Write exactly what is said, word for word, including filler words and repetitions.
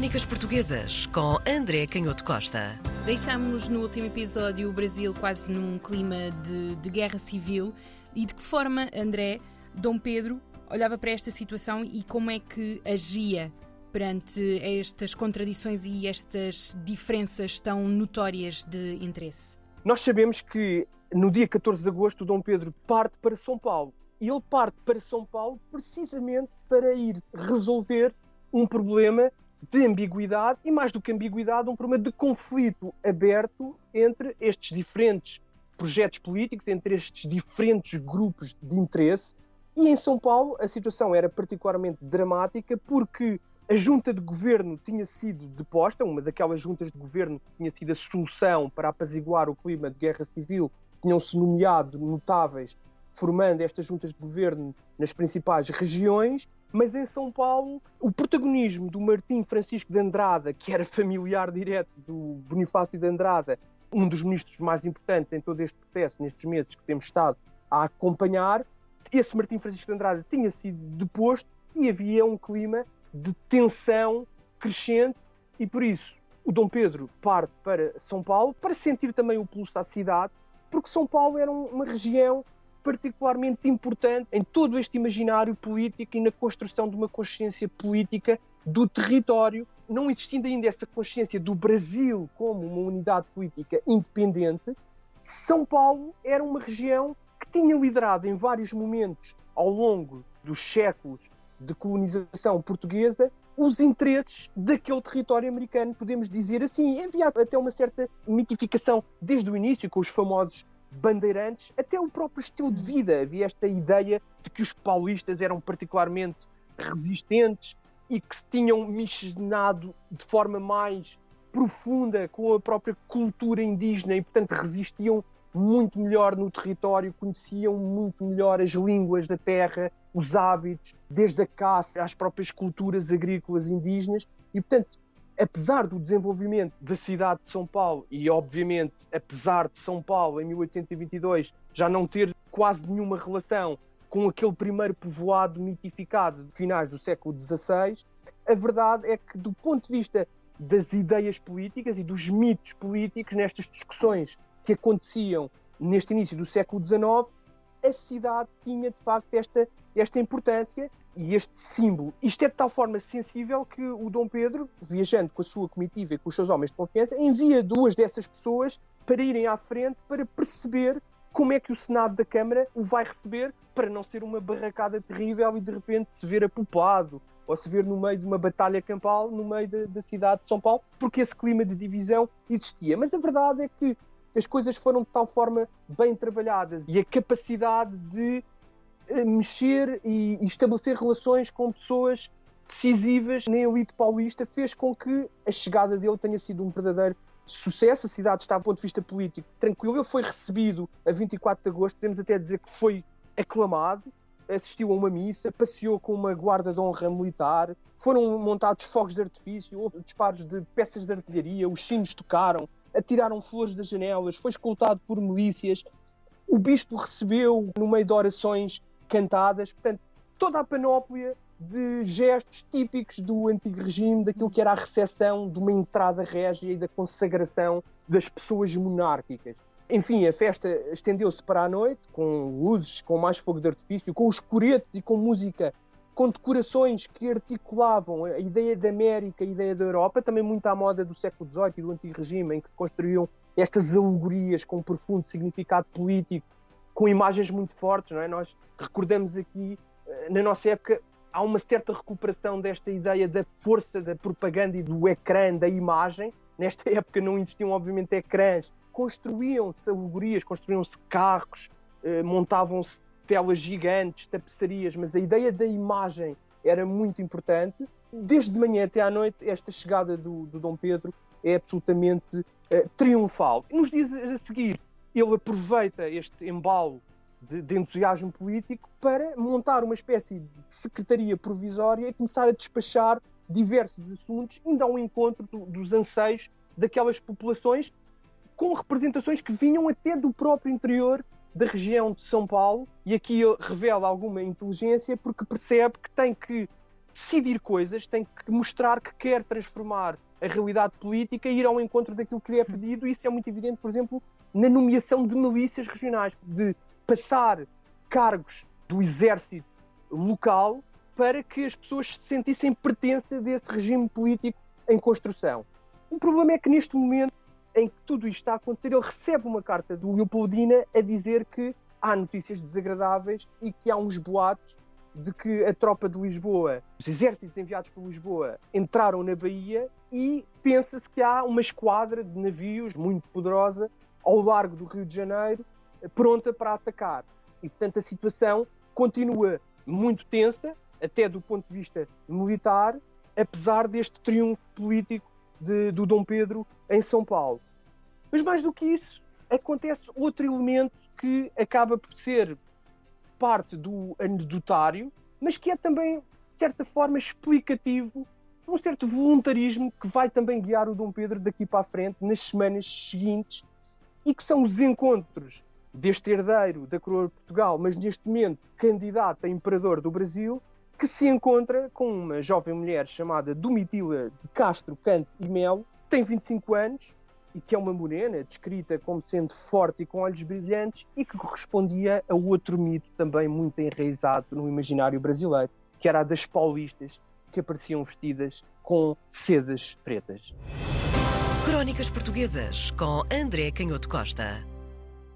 Crónicas Portuguesas, com André Canhoto Costa. Deixámos no último episódio o Brasil quase num clima de, de guerra civil. E de que forma, André, Dom Pedro olhava para esta situação e como é que agia perante estas contradições e estas diferenças tão notórias de interesse? Nós sabemos que no dia catorze de agosto o Dom Pedro parte para São Paulo. E ele parte para São Paulo precisamente para ir resolver um problema de ambiguidade e, mais do que ambiguidade, um problema de conflito aberto entre estes diferentes projetos políticos, entre estes diferentes grupos de interesse. E em São Paulo a situação era particularmente dramática porque a junta de governo tinha sido deposta, uma daquelas juntas de governo que tinha sido a solução para apaziguar o clima de guerra civil. Tinham-se nomeado notáveis formando estas juntas de governo nas principais regiões, mas em São Paulo o protagonismo do Martim Francisco de Andrada, que era familiar direto do Bonifácio de Andrada, um dos ministros mais importantes em todo este processo, nestes meses que temos estado a acompanhar, esse Martim Francisco de Andrada tinha sido deposto e havia um clima de tensão crescente e por isso o Dom Pedro parte para São Paulo para sentir também o pulso da cidade, porque São Paulo era uma região particularmente importante em todo este imaginário político e na construção de uma consciência política do território, não existindo ainda essa consciência do Brasil como uma unidade política independente. São Paulo era uma região que tinha liderado em vários momentos ao longo dos séculos de colonização portuguesa os interesses daquele território americano, podemos dizer assim. Havia até uma certa mitificação desde o início, com os famosos bandeirantes, até o próprio estilo de vida. Havia esta ideia de que os paulistas eram particularmente resistentes e que se tinham miscigenado de forma mais profunda com a própria cultura indígena e, portanto, resistiam muito melhor no território, conheciam muito melhor as línguas da terra, os hábitos, desde a caça às próprias culturas agrícolas indígenas e, portanto, apesar do desenvolvimento da cidade de São Paulo e, obviamente, apesar de São Paulo, em mil oitocentos e vinte e dois, já não ter quase nenhuma relação com aquele primeiro povoado mitificado de finais do século dezasseis, a verdade é que, do ponto de vista das ideias políticas e dos mitos políticos, nestas discussões que aconteciam neste início do século dezenove, a cidade tinha, de facto, esta, esta importância e este símbolo. Isto é de tal forma sensível que o Dom Pedro, viajando com a sua comitiva e com os seus homens de confiança, envia duas dessas pessoas para irem à frente para perceber como é que o Senado da Câmara o vai receber, para não ser uma barracada terrível e de repente se ver apopado ou se ver no meio de uma batalha campal no meio da, da cidade de São Paulo, porque esse clima de divisão existia. Mas a verdade é que as coisas foram de tal forma bem trabalhadas e a capacidade de mexer e estabelecer relações com pessoas decisivas na elite paulista fez com que a chegada dele tenha sido um verdadeiro sucesso. A cidade está, do ponto de vista político, tranquilo. Ele foi recebido a vinte e quatro de agosto, podemos até dizer que foi aclamado, assistiu a uma missa, passeou com uma guarda de honra militar, foram montados fogos de artifício, houve disparos de peças de artilharia, os sinos tocaram, atiraram flores das janelas, foi escoltado por milícias, o bispo recebeu no meio de orações cantadas, portanto, toda a panóplia de gestos típicos do antigo regime, daquilo que era a recepção de uma entrada régia e da consagração das pessoas monárquicas. Enfim, a festa estendeu-se para a noite, com luzes, com mais fogo de artifício, com os coretos e com música, com decorações que articulavam a ideia da América e a ideia da Europa, também muito à moda do século dezoito e do antigo regime, em que construíam estas alegorias com um profundo significado político, com imagens muito fortes, não é? Nós recordamos aqui, na nossa época, há uma certa recuperação desta ideia da força da propaganda e do ecrã, da imagem. Nesta época não existiam, obviamente, ecrãs. Construíam-se alegorias, construíam-se carros, montavam-se telas gigantes, tapeçarias, mas a ideia da imagem era muito importante. Desde de manhã até à noite, esta chegada do, do Dom Pedro é absolutamente uh, triunfal. Nos dias a seguir, ele aproveita este embalo de, de entusiasmo político para montar uma espécie de secretaria provisória e começar a despachar diversos assuntos, indo ao encontro do, dos anseios daquelas populações, com representações que vinham até do próprio interior da região de São Paulo, e aqui ele revela alguma inteligência porque percebe que tem que decidir coisas, tem que mostrar que quer transformar a realidade política e ir ao encontro daquilo que lhe é pedido. E isso é muito evidente, por exemplo, na nomeação de milícias regionais, de passar cargos do exército local para que as pessoas se sentissem pertença desse regime político em construção. O problema é que neste momento em que tudo isto está a acontecer, ele recebe uma carta do Leopoldina a dizer que há notícias desagradáveis e que há uns boatos de que a tropa de Lisboa, os exércitos enviados por Lisboa, entraram na Baía e pensa-se que há uma esquadra de navios muito poderosa ao largo do Rio de Janeiro, pronta para atacar. E, portanto, a situação continua muito tensa, até do ponto de vista militar, apesar deste triunfo político de, do Dom Pedro em São Paulo. Mas mais do que isso, acontece outro elemento que acaba por ser parte do anedotário, mas que é também, de certa forma, explicativo de um certo voluntarismo que vai também guiar o Dom Pedro daqui para a frente, nas semanas seguintes, e que são os encontros deste herdeiro da coroa de Portugal, mas neste momento candidato a imperador do Brasil, que se encontra com uma jovem mulher chamada Domitila de Castro, Canto e Melo, que tem vinte e cinco anos e que é uma morena, descrita como sendo forte e com olhos brilhantes, e que correspondia a outro mito também muito enraizado no imaginário brasileiro, que era a das paulistas, que apareciam vestidas com sedas pretas. Crónicas Portuguesas com André Canhoto Costa.